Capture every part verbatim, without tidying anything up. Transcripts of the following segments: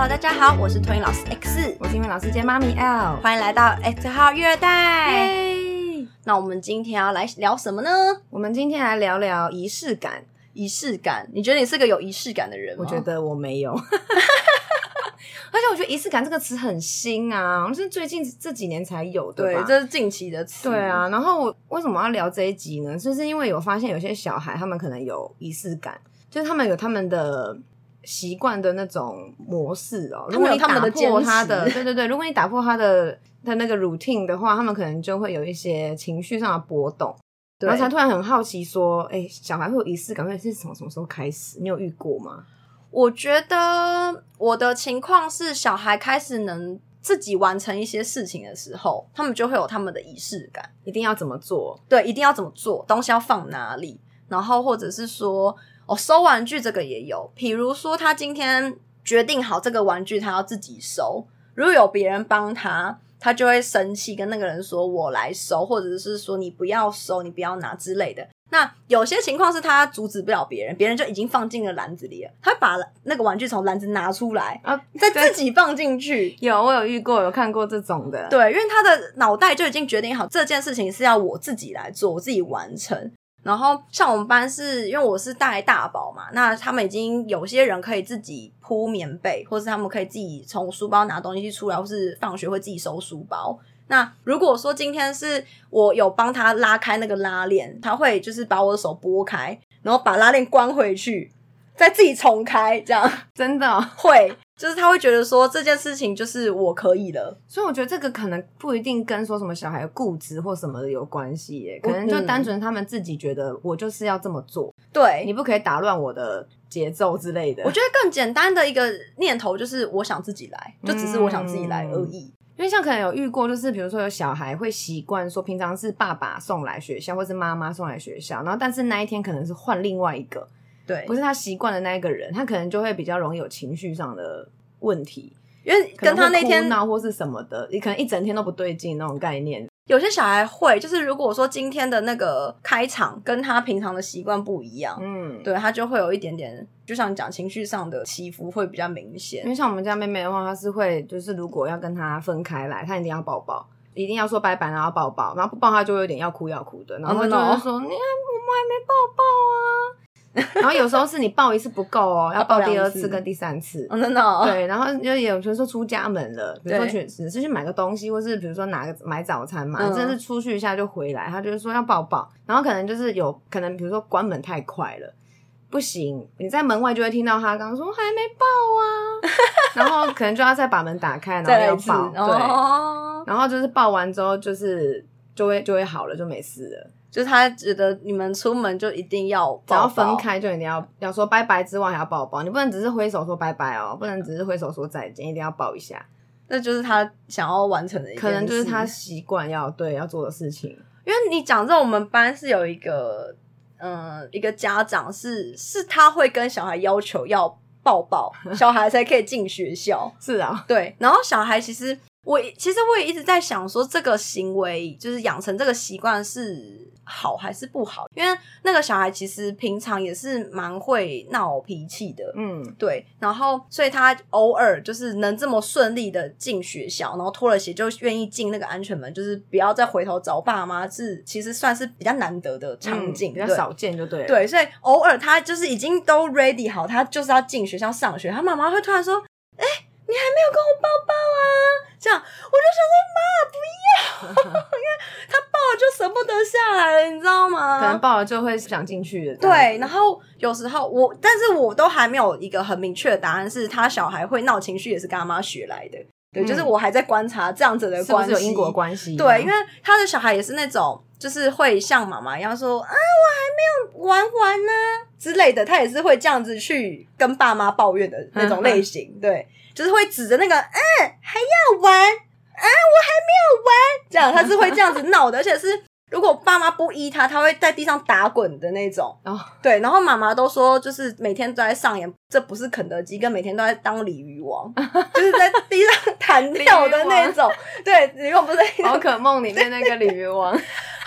大家好，我是托婴老师 X， 我是英文老师兼妈咪 L， 欢迎来到 X 号育儿袋。那我们今天要来聊什么呢？ 我们今天来聊聊仪式感。 仪式感，你觉得你是个有仪式感的人吗？ 我觉得我没有。而且我觉得仪式感这个词很新啊，是最近这几年才有的吧？ 对，这是近期的词。 对啊，然后我为什么要聊这一集呢？就是因为我发现有些小孩他们可能有仪式感，就是他们有他们的习惯的那种模式哦。 他们有他们的坚持， 如果你打破他的，对对对，如果你打破他的他那个 routine 的话，他们可能就会有一些情绪上的波动。然后才突然很好奇说，哎、欸，小孩会有仪式感，会是从什么时候开始？你有遇过吗？ 我觉得我的情况是，小孩开始能自己完成一些事情的时候，他们就会有他们的仪式感， 一定要怎么做？ 对，一定要怎么做，东西要放哪里，然后或者是说，哦，收玩具这个也有，比如说他今天决定好这个玩具他要自己收，如果有别人帮他。他就会生气，跟那个人说我来收，或者是说你不要收，你不要拿之类的。那有些情况是他阻止不了别人，别人就已经放进了篮子里了，他把那个玩具从篮子拿出来、啊、再自己放进去。 有，我有遇过，有看过这种的。 对，因为他的脑袋就已经决定好这件事情是要我自己来做，我自己完成。然后像我们班是因为我是带大宝嘛，那他们已经有些人可以自己铺棉被，或是他们可以自己从书包拿东西出来，或是放学会自己收书包。那如果说今天是我有帮他拉开那个拉链，他会就是把我的手拨开，然后把拉链关回去，再自己重开，这样真的、哦、 会就是他会觉得说这件事情就是我可以了。 所以我觉得这个可能不一定跟说什么小孩固执或什么的有关系耶，可能就单纯他们自己觉得我就是要这么做， 对， 你不可以打乱我的节奏之类的。 我觉得更简单的一个念头就是我想自己来，就只是我想自己来而已、嗯、 因为像可能有遇过就是比如说有小孩会习惯说平常是爸爸送来学校或是妈妈送来学校，然后但是那一天可能是换另外一个，对，不是他习惯的那一个人，他可能就会比较容易有情绪上的问题， 因为跟他那天哭闹或是什么的，你可能一整天都不对劲那种概念。 有些小孩会就是如果说今天的那个开场跟他平常的习惯不一样，嗯，对，他就会有一点点就像你讲情绪上的起伏会比较明显。 因为像我们家妹妹的话，她是会就是如果要跟他分开来，她一定要抱抱，一定要说拜拜然后抱抱，然后不抱她就会有点要哭要哭的，然后就会说、oh, no. 你看我们还没抱抱啊然后有时候是你抱一次不够哦，要抱第二次跟第三次。 哦，真的哦。 对，然后就有比如说出家门了，比如说去只是去买个东西，或是比如说拿个买早餐嘛，嗯、真的是出去一下就回来，他就是说要抱抱，然后可能就是有可能比如说关门太快了，不行，你在门外就会听到他刚刚说还没抱啊，然后可能就要再把门打开，然后要抱，对、哦，然后就是抱完之后就是就会就会好了，就没事了。 就是他觉得你们出门就一定要抱抱， 只要分开就一定要要说拜拜之外还要抱抱，你不能只是挥手说拜拜哦，不能只是挥手说再见，一定要抱一下。 那就是他想要完成的一件事， 可能就是他习惯要对要做的事情。 因为你讲这我们班是有一个嗯一个家长是是他会跟小孩要求要抱抱，小孩才可以进学校。 是啊， 对，然后小孩其实我其实我也一直在想说这个行为就是养成这个习惯是好还是不好，因为那个小孩其实平常也是蛮会闹脾气的，嗯，对，然后所以他偶尔就是能这么顺利的进学校，然后脱了鞋就愿意进那个安全门，就是不要再回头找爸妈，是其实算是比较难得的场景、 嗯、比较少见就对了。 对，所以偶尔他就是已经都 ready 好，他就是要进学校上学，他妈妈会突然说诶、欸你还没有跟我抱抱啊，这样我就想说妈不要因为他抱了就舍不得下来了，你知道吗？ 可能抱了就会想进去的。 对，然后有时候我但是我都还没有一个很明确的答案，是他小孩会闹情绪也是跟他妈学来的。对、嗯、就是我还在观察这样子的关系是不是有因果关系。 对，因为他的小孩也是那种就是会像妈妈一样说啊我还没有玩完呢之类的，他也是会这样子去跟爸妈抱怨的那种类型对，就是会指着那个嗯还要玩啊我还没有玩这样，他是会这样子闹的而且是如果爸妈不依他，他会在地上打滚的那种、oh. 对，然后妈妈都说就是每天都在上演这不是肯德基，跟每天都在当鲤鱼王就是在地上弹跳的那种对，鲤鱼王不是宝可梦里面那个鲤鱼王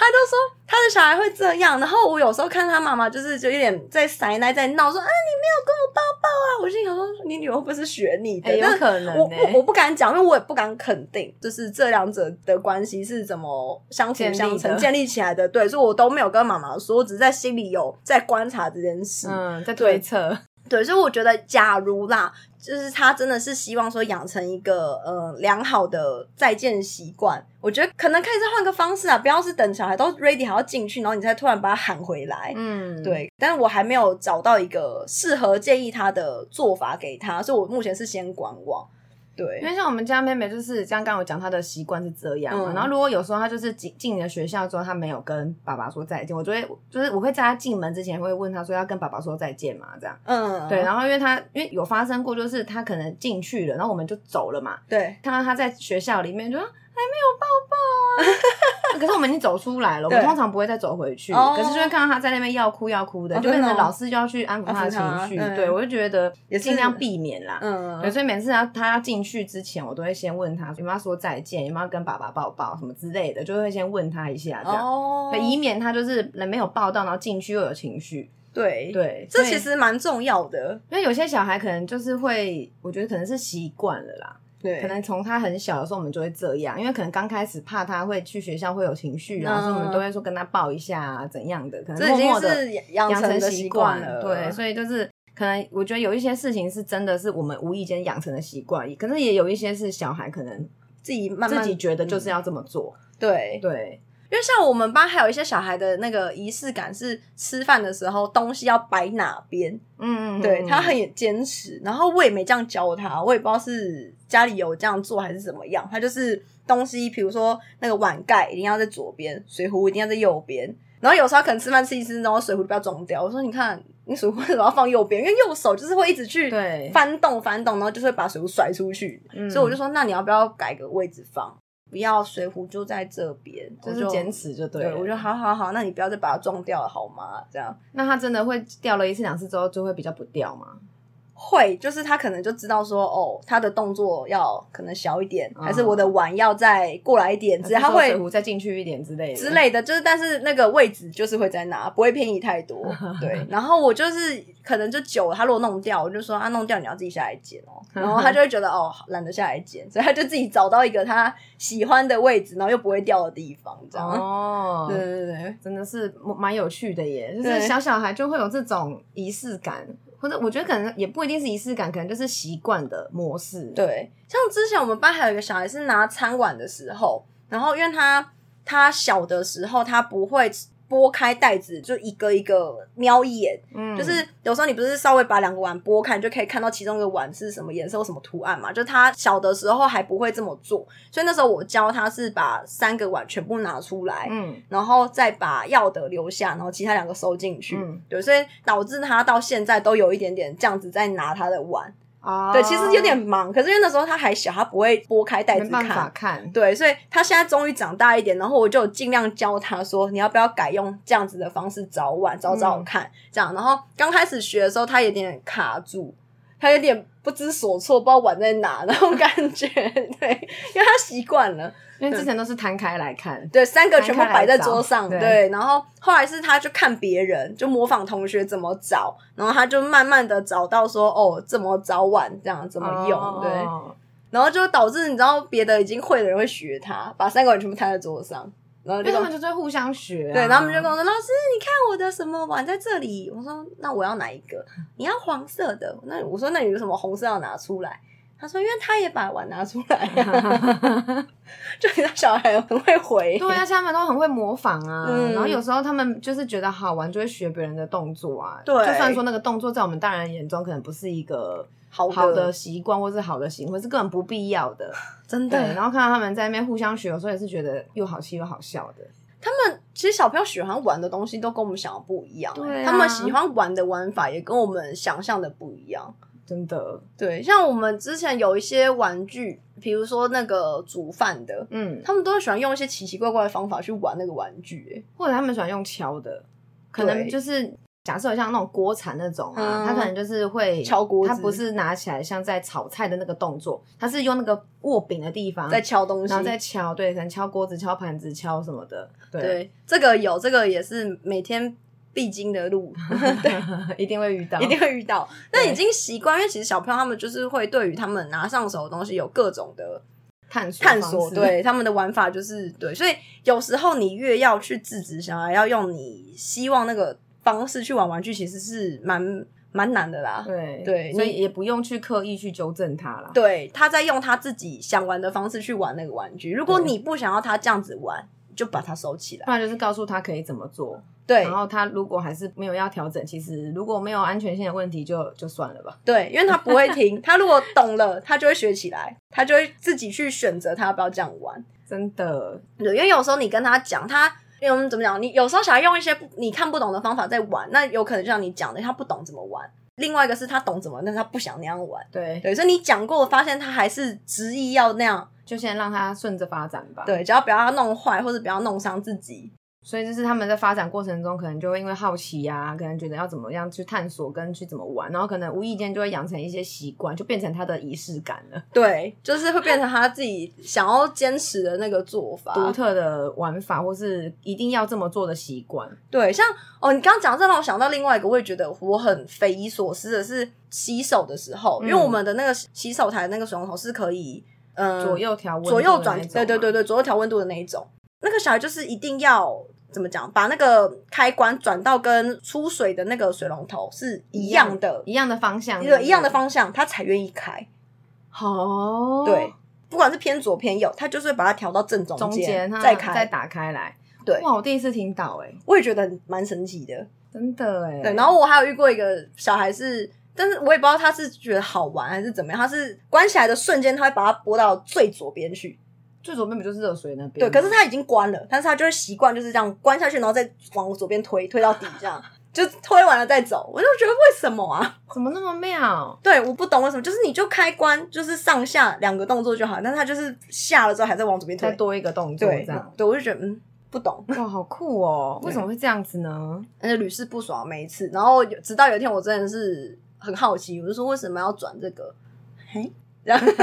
就说他的小孩会这样，然后我有时候看他妈妈就是就有点在塞奶在闹说啊你没有跟我抱抱啊，我心想说你女儿会不会是学你的、 欸、有可能、欸、 我, 我, 我不敢讲，因为我也不敢肯定就是这两者的关系是怎么相辅相成建立起来的，对，所以我都没有跟妈妈说，我只是在心里有在观察这件事， 嗯，在推测， 对，所以我觉得假如啦就是他真的是希望说养成一个呃良好的再见习惯，我觉得可能可以再换个方式啊，不要是等小孩都 ready 还要进去，然后你才突然把他喊回来， 嗯， 对，但是我还没有找到一个适合建议他的做法给他，所以我目前是先观望。对， 因为像我们家妹妹就是刚刚我讲她的习惯是这样嘛、 嗯、 然后如果有时候她就是进进了学校之后她没有跟爸爸说再见，我就会就是我会在她进门之前会问她说要跟爸爸说再见嘛这样，嗯，对，然后因为她因为有发生过就是她可能进去了然后我们就走了嘛， 对， 看到她在学校里面就说还没有抱抱啊可是我们已经走出来了，我们通常不会再走回去、哦、可是就会看到她在那边要哭要哭的、哦、就变成老师就要去安抚她的情绪、嗯、对，我就觉得尽量避免啦，嗯，对，所以每次她她要进去之前我都会先问她有没有要说再见，有没有要跟爸爸抱抱什么之类的，就会先问她一下这样、哦、以免她就是人没有抱到然后进去又有情绪， 对对， 这其实蛮重要的， 因为有些小孩可能就是会我觉得可能是习惯了啦，对，可能从他很小的时候我们就会这样，因为可能刚开始怕他会去学校会有情绪啊、嗯、所以我们都会说跟他抱一下啊怎样的，可能默默的养成习惯了，对，所以就是可能我觉得有一些事情是真的是我们无意间养成的习惯，可是也有一些是小孩可能自己慢慢自己觉得就是要这么做、 嗯、对对， 因为像我们班还有一些小孩的那个仪式感是吃饭的时候东西要摆哪边，嗯，对，他很坚持，然后我也没这样教他，我也不知道是家里有这样做还是怎么样，他就是东西比如说那个碗盖一定要在左边，水壶一定要在右边，然后有时候他可能吃饭吃一吃然后水壶就不要撞掉，我说你看你水壶为什么要放右边，因为右手就是会一直去翻动翻动然后就是会把水壶甩出去、嗯、所以我就说那你要不要改个位置放，不要水壶就在这边， 就是坚持就对了， 对，我就好好好，那你不要再把它撞掉了好吗？这样， 那他真的会掉了一次两次之后就会比较不掉吗？ 会，就是他可能就知道说哦他的动作要可能小一点、嗯、还是我的碗要再过来一点，只是他会水壶再进去一点之类的之类的，就是但是那个位置就是会在那，不会偏移太多对，然后我就是可能就久了他如果弄掉我就说啊弄掉你要自己下来捡哦，然后他就会觉得哦懒得下来捡，所以他就自己找到一个他喜欢的位置然后又不会掉的地方这样，哦，对对对， 真的是蛮有趣的耶，就是小小孩就会有这种仪式感，或者我觉得可能也不一定是仪式感，可能就是习惯的模式。 对，像之前我们班还有一个小孩是拿餐碗的时候，然后因为他他小的时候他不会拨开袋子就一个一个瞄一眼，嗯，就是有时候你不是稍微把两个碗拨开你就可以看到其中一个碗是什么颜色或什么图案嘛，就他小的时候还不会这么做，所以那时候我教他是把三个碗全部拿出来，嗯，然后再把要的留下，然后其他两个收进去，嗯，对，所以导致他到现在都有一点点这样子在拿他的碗。Oh. 对，其实有点忙，可是因为那时候他还小，他不会拨开袋子看， 没办法看。 对，所以他现在终于长大一点，然后我就尽量教他说，你要不要改用这样子的方式找碗，找找看，嗯、这样。然后刚开始学的时候，他有点卡住，他有点不知所措，不知道碗在哪那种感觉。对，因为他习惯了。 因为之前都是摊开来看， 对，三个全部摆在桌上， 对, 对，然后后来是他就看别人，就模仿同学怎么找，然后他就慢慢的找到说哦怎么找碗这样怎么用、哦、对，然后就导致你知道别的已经会的人会学他，把三个碗全部摊在桌上，然后就因为他们就是互相学、啊、 对，然后他们就跟我说老师你看我的什么碗在这里，我说那我要哪一个，你要黄色的，那我说那你有什么红色要拿出来，他说因为他也把碗拿出来、啊、就你的小孩很会回， 对啊，他们都很会模仿啊、嗯、然后有时候他们就是觉得好玩就会学别人的动作啊，对，就算说那个动作在我们大人眼中可能不是一个好 的, 好的习惯或是好的行为，是根本不必要的，真的。对，然后看到他们在那边互相学，有时候也是觉得又好气又好笑的。 他们其实小朋友喜欢玩的东西都跟我们想的不一样、欸对啊、 他们喜欢玩的玩法也跟我们想象的不一样， 真的。 对，像我们之前有一些玩具，比如说那个煮饭的，嗯，他们都喜欢用一些奇奇怪怪的方法去玩那个玩具、欸、 或者他们喜欢用敲的，可能就是假设像那种锅铲那种啊，他、嗯、可能就是会敲锅子， 他不是拿起来像在炒菜的那个动作，他是用那个握柄的地方在敲东西， 然后再敲，对，可能敲锅子、敲盘子、敲什么的。对， 对这个有，这个也是每天必经的路，对， 一定会遇到， 一定会遇到。那已经习惯，因为其实小朋友他们就是会对于他们拿上手的东西有各种的探索探索，对他们的玩法就是对，所以有时候你越要去制止小孩，要用你希望那个方式去玩玩具，其实是蛮蛮难的啦。 对对， 所以也不用去刻意去纠正他啦。 对，他在用他自己想玩的方式去玩那个玩具。如果你不想要他这样子玩，就把它收起来， 不然就是告诉他可以怎么做。 对， 然后他如果还是没有要调整，其实如果没有安全性的问题就就算了吧。 对，因为他不会听，他如果懂了，他就会学起来，他就会自己去选择他要不要这样玩。 真的， 对，因为有时候你跟他讲，他因为我们怎么讲，你有时候小孩用一些你看不懂的方法在玩，那有可能就像你讲的，他不懂怎么玩。另外一个是他懂怎么，但是他不想那样玩。 对对，所以你讲过，发现他还是执意要那样， 就先让他顺着发展吧。 对，只要不要他弄坏，或者不要弄伤自己。 所以就是他们在发展过程中可能就会因为好奇啊，可能觉得要怎么样去探索跟去怎么玩，然后可能无意间就会养成一些习惯，就变成他的仪式感了。 对，就是会变成他自己想要坚持的那个做法， 独特的玩法，或是一定要这么做的习惯。 对，像哦，你刚刚讲这让我想到另外一个，我也觉得我很匪夷所思的是洗手的时候，嗯、因为我们的那个洗手台的那个水龙头是可以嗯左右调温度左右转，对对对对，左右调温度的那一种。那个小孩就是一定要怎么讲，把那个开关转到跟出水的那个水龙头是一样的， 一样的方向， 对，一样的方向，他才愿意开。 哦， 对，不管是偏左偏右，他就是会把它调到正中间， 中间再开， 再打开来。 对， 哇，我第一次听到、欸，哎， 我也觉得蛮神奇的， 真的哎、欸。 对，然后我还有遇过一个小孩是。但是我也不知道他是觉得好玩还是怎么样，他是关起来的瞬间，他会把它拨到最左边去。 最左边不就是热水那边？ 对，可是他已经关了，但是他就会习惯就是这样关下去，然后再往左边推，推到底，这样就推完了再走。我就觉得为什么啊？ 怎么那么妙？ 对，我不懂为什么，就是你就开关，就是上下两个动作就好，但是他就是下了之后还在往左边推， 再多一个动作，这样。 对，我就觉得嗯。不懂哇，好酷哦！为什么会这样子呢？ 而且屡试不爽每一次，然后直到有一天我真的是很好奇，我就说为什么要转这个？嘿，然后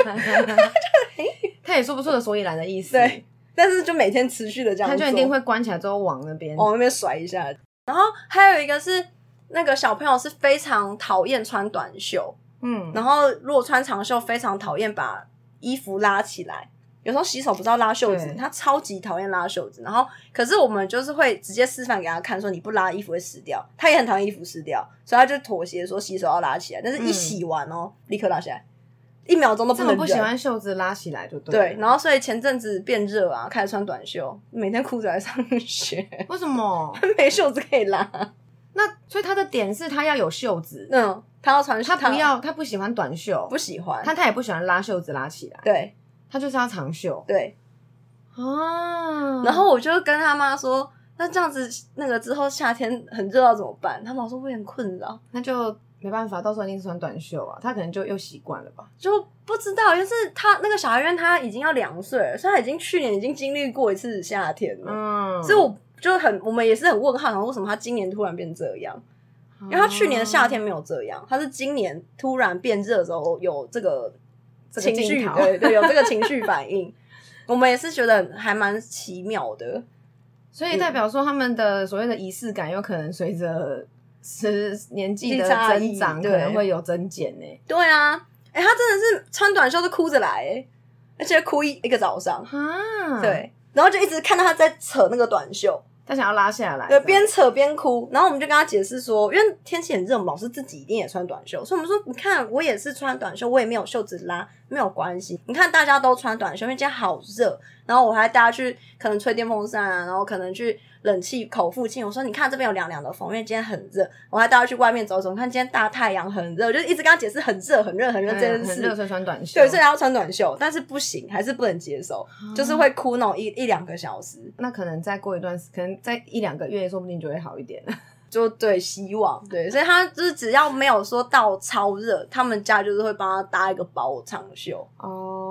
他也说不出的所以然的意思。 对，但是就每天持续的这样做， 他就一定会关起来之后往那边往那边甩一下。然后还有一个是那个小朋友是非常讨厌穿短袖，嗯，然后如果穿长袖非常讨厌把衣服拉起来。有时候洗手不是要拉袖子，他超级讨厌拉袖子。然后，可是我们就是会直接示范给他看，说你不拉衣服会湿掉。他也很讨厌衣服湿掉，所以他就妥协说洗手要拉起来。但是一洗完哦，嗯、立刻拉下来，一秒钟都不能忍。 这么不喜欢袖子拉起来就对了。 对，然后所以前阵子变热啊，开始穿短袖，每天裤子来上学。 为什么？ 没袖子可以拉。 那所以他的点是他要有袖子， 嗯，他要穿， 他不要，他不喜欢短袖， 不喜欢， 他他也不喜欢拉袖子拉起来， 对。 他就是要长袖， 对啊，然后我就跟他妈说，那这样子那个之后夏天很热要怎么办？他妈说会很困扰， 那就没办法，到时候一定是穿短袖啊。他可能就又习惯了吧， 就不知道，就是他那个小孩，因为他已经要两岁了，所以他已经去年已经经历过一次夏天了，嗯，所以我就很我们也是很问号，为什么他今年突然变这样？因为他去年的夏天没有这样，他是今年突然变热的时候有这个。情绪对对，有这个情绪反应，我们也是觉得还蛮奇妙的， 所以代表说他们的所谓的仪式感，有可能随着是年纪的增长，可能会有增减呢。 对啊，哎、欸，他真的是穿短袖是哭着来，哎，而且哭一一个早上啊，对，然后就一直看到他在扯那个短袖。 他想要拉下来， 对，边扯边哭，然后我们就跟他解释说，因为天气很热，我们老师自己一定也穿短袖，所以我们说，你看我也是穿短袖，我也没有袖子拉，没有关系。你看大家都穿短袖，因为今天好热，然后我还带他去可能吹电风扇啊，然后可能去冷气口附近，我说你看这边有凉凉的风，因为今天很热，我还带他去外面走走，你看今天大太阳很热，就一直跟他解释很热很热很热这件事， 很热所以穿短袖， 对，所以要穿短袖，但是不行，还是不能接受，啊、就是会哭那种一一两个小时， 那可能再过一段时，可能再一两个月，说不定就会好一点了。 就对，希望对，所以他就是只要没有说到超热，他们家就是会帮他搭一个薄长袖。 哦，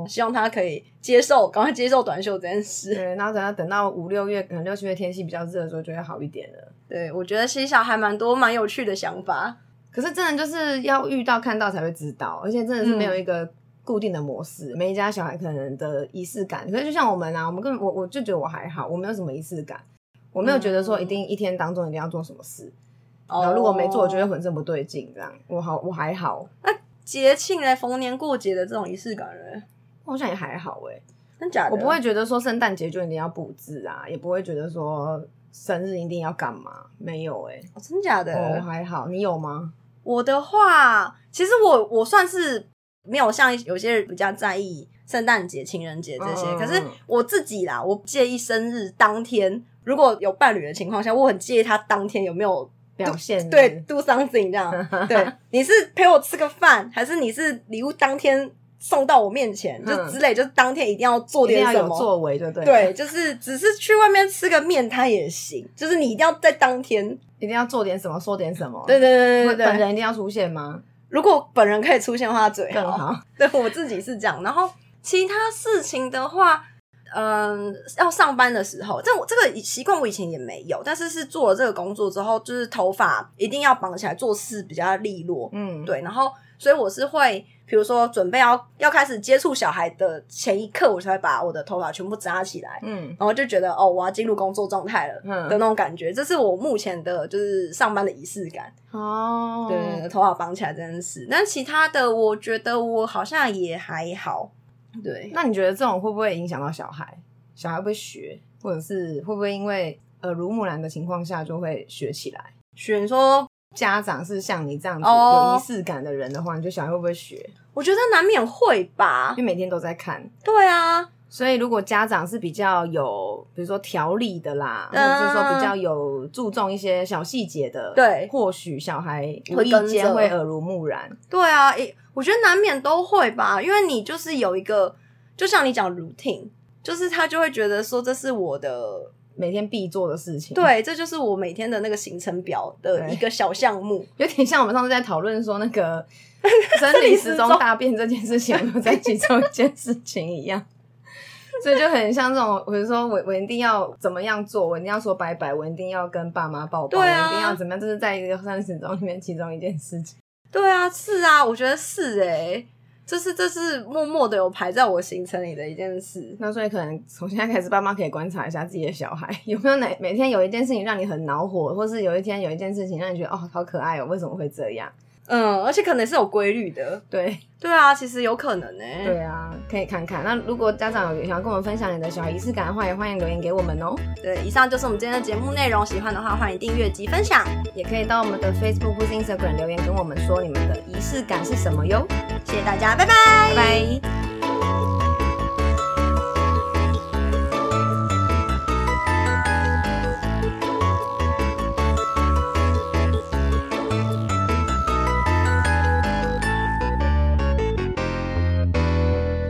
哦，希望他可以接受，赶快接受短袖这件事。 对，然后等到等到五六月，可能六七月天气比较热的时候，就会好一点了。 对，我觉得其实还蛮多蛮有趣的想法。 可是真的就是要遇到看到才会知道，而且真的是没有一个固定的模式，嗯、每一家小孩可能的仪式感。可是就像我们啊，我们根本我我就觉得我还好，我没有什么仪式感，我没有觉得说一定一天当中一定要做什么事。嗯、然后如果没做，我就会浑身不对劲，这样我好我还好。 那节庆嘞，逢年过节的这种仪式感嘞， 我好像也还好哎、欸， 真假的？ 我不会觉得说圣诞节就一定要布置啊，也不会觉得说生日一定要干嘛，没有哎、欸哦，真假的？ 我、哦、还好，你有吗？ 我的话，其实我我算是没有像有些人比较在意圣诞节、情人节这些，嗯、可是我自己啦，我介意生日当天如果有伴侣的情况下，我很介意他当天有没有表现， 对 ，do something 这样。对，你是陪我吃个饭，还是你是礼物当天送到我面前，嗯、就之类，就是当天一定要做点什么， 一定要有作为，就对。 对，就是只是去外面吃个面摊也行，就是你一定要在当天一定要做点什么，说点什么。 对对对对对， 本人一定要出现吗？ 如果本人可以出现的话，最好更好。 对，我自己是这样。然后其他事情的话。嗯，要上班的时候，这这个习惯我以前也没有，但是是做了这个工作之后，就是头发一定要绑起来，做事比较利落。嗯，对，然后所以我是会，比如说准备要要开始接触小孩的前一刻，我才会把我的头发全部扎起来。嗯，然后就觉得哦，我要进入工作状态了的那种感觉，这是我目前的就是上班的仪式感。哦，对对对，头发绑起来这件事，但其他的我觉得我好像也还好。对， 那你觉得这种会不会影响到小孩？小孩会不会学，或者是会不会因为耳濡目染的情况下就会学起来？ 学说家长是像你这样子有仪式感的人的话，你觉得小孩会不会学？ 我觉得难免会吧， 因为每天都在看。 对啊， 所以如果家长是比较有，比如说条理的啦，嗯、或者是说比较有注重一些小细节的， 对， 或许小孩无意间会耳濡目染。 对啊，我觉得难免都会吧，因为你就是有一个，就像你讲 routine， 就是他就会觉得说这是我的每天必做的事情。 对，这就是我每天的那个行程表的一个小项目， 有点像我们上次在讨论说那个生理时钟大便这件事情，我们在其中一件事情一样。所以就很像这种，比如说我我一定要怎么样做，我一定要说拜拜，我一定要跟爸妈抱抱，啊、我一定要怎么样，这是在一个生理时钟里面其中一件事情。 对啊，是啊，我觉得是诶、欸，这是这是默默的有排在我行程里的一件事。 那所以可能从现在开始，爸妈可以观察一下自己的小孩有没有哪每天有一件事情让你很恼火，或是有一天有一件事情让你觉得哦好可爱哦，为什么会这样？ 嗯，而且可能是有规律的。 对对啊，其实有可能欸。 对啊，可以看看。那如果家长有想要跟我们分享你的小孩仪式感的话，也欢迎留言给我们哦。 对，以上就是我们今天的节目内容，喜欢的话欢迎订阅及分享， 也可以到我们的 Facebook 或是 Instagram 留言跟我们说你们的仪式感是什么哟。 谢谢大家，拜拜， 拜拜。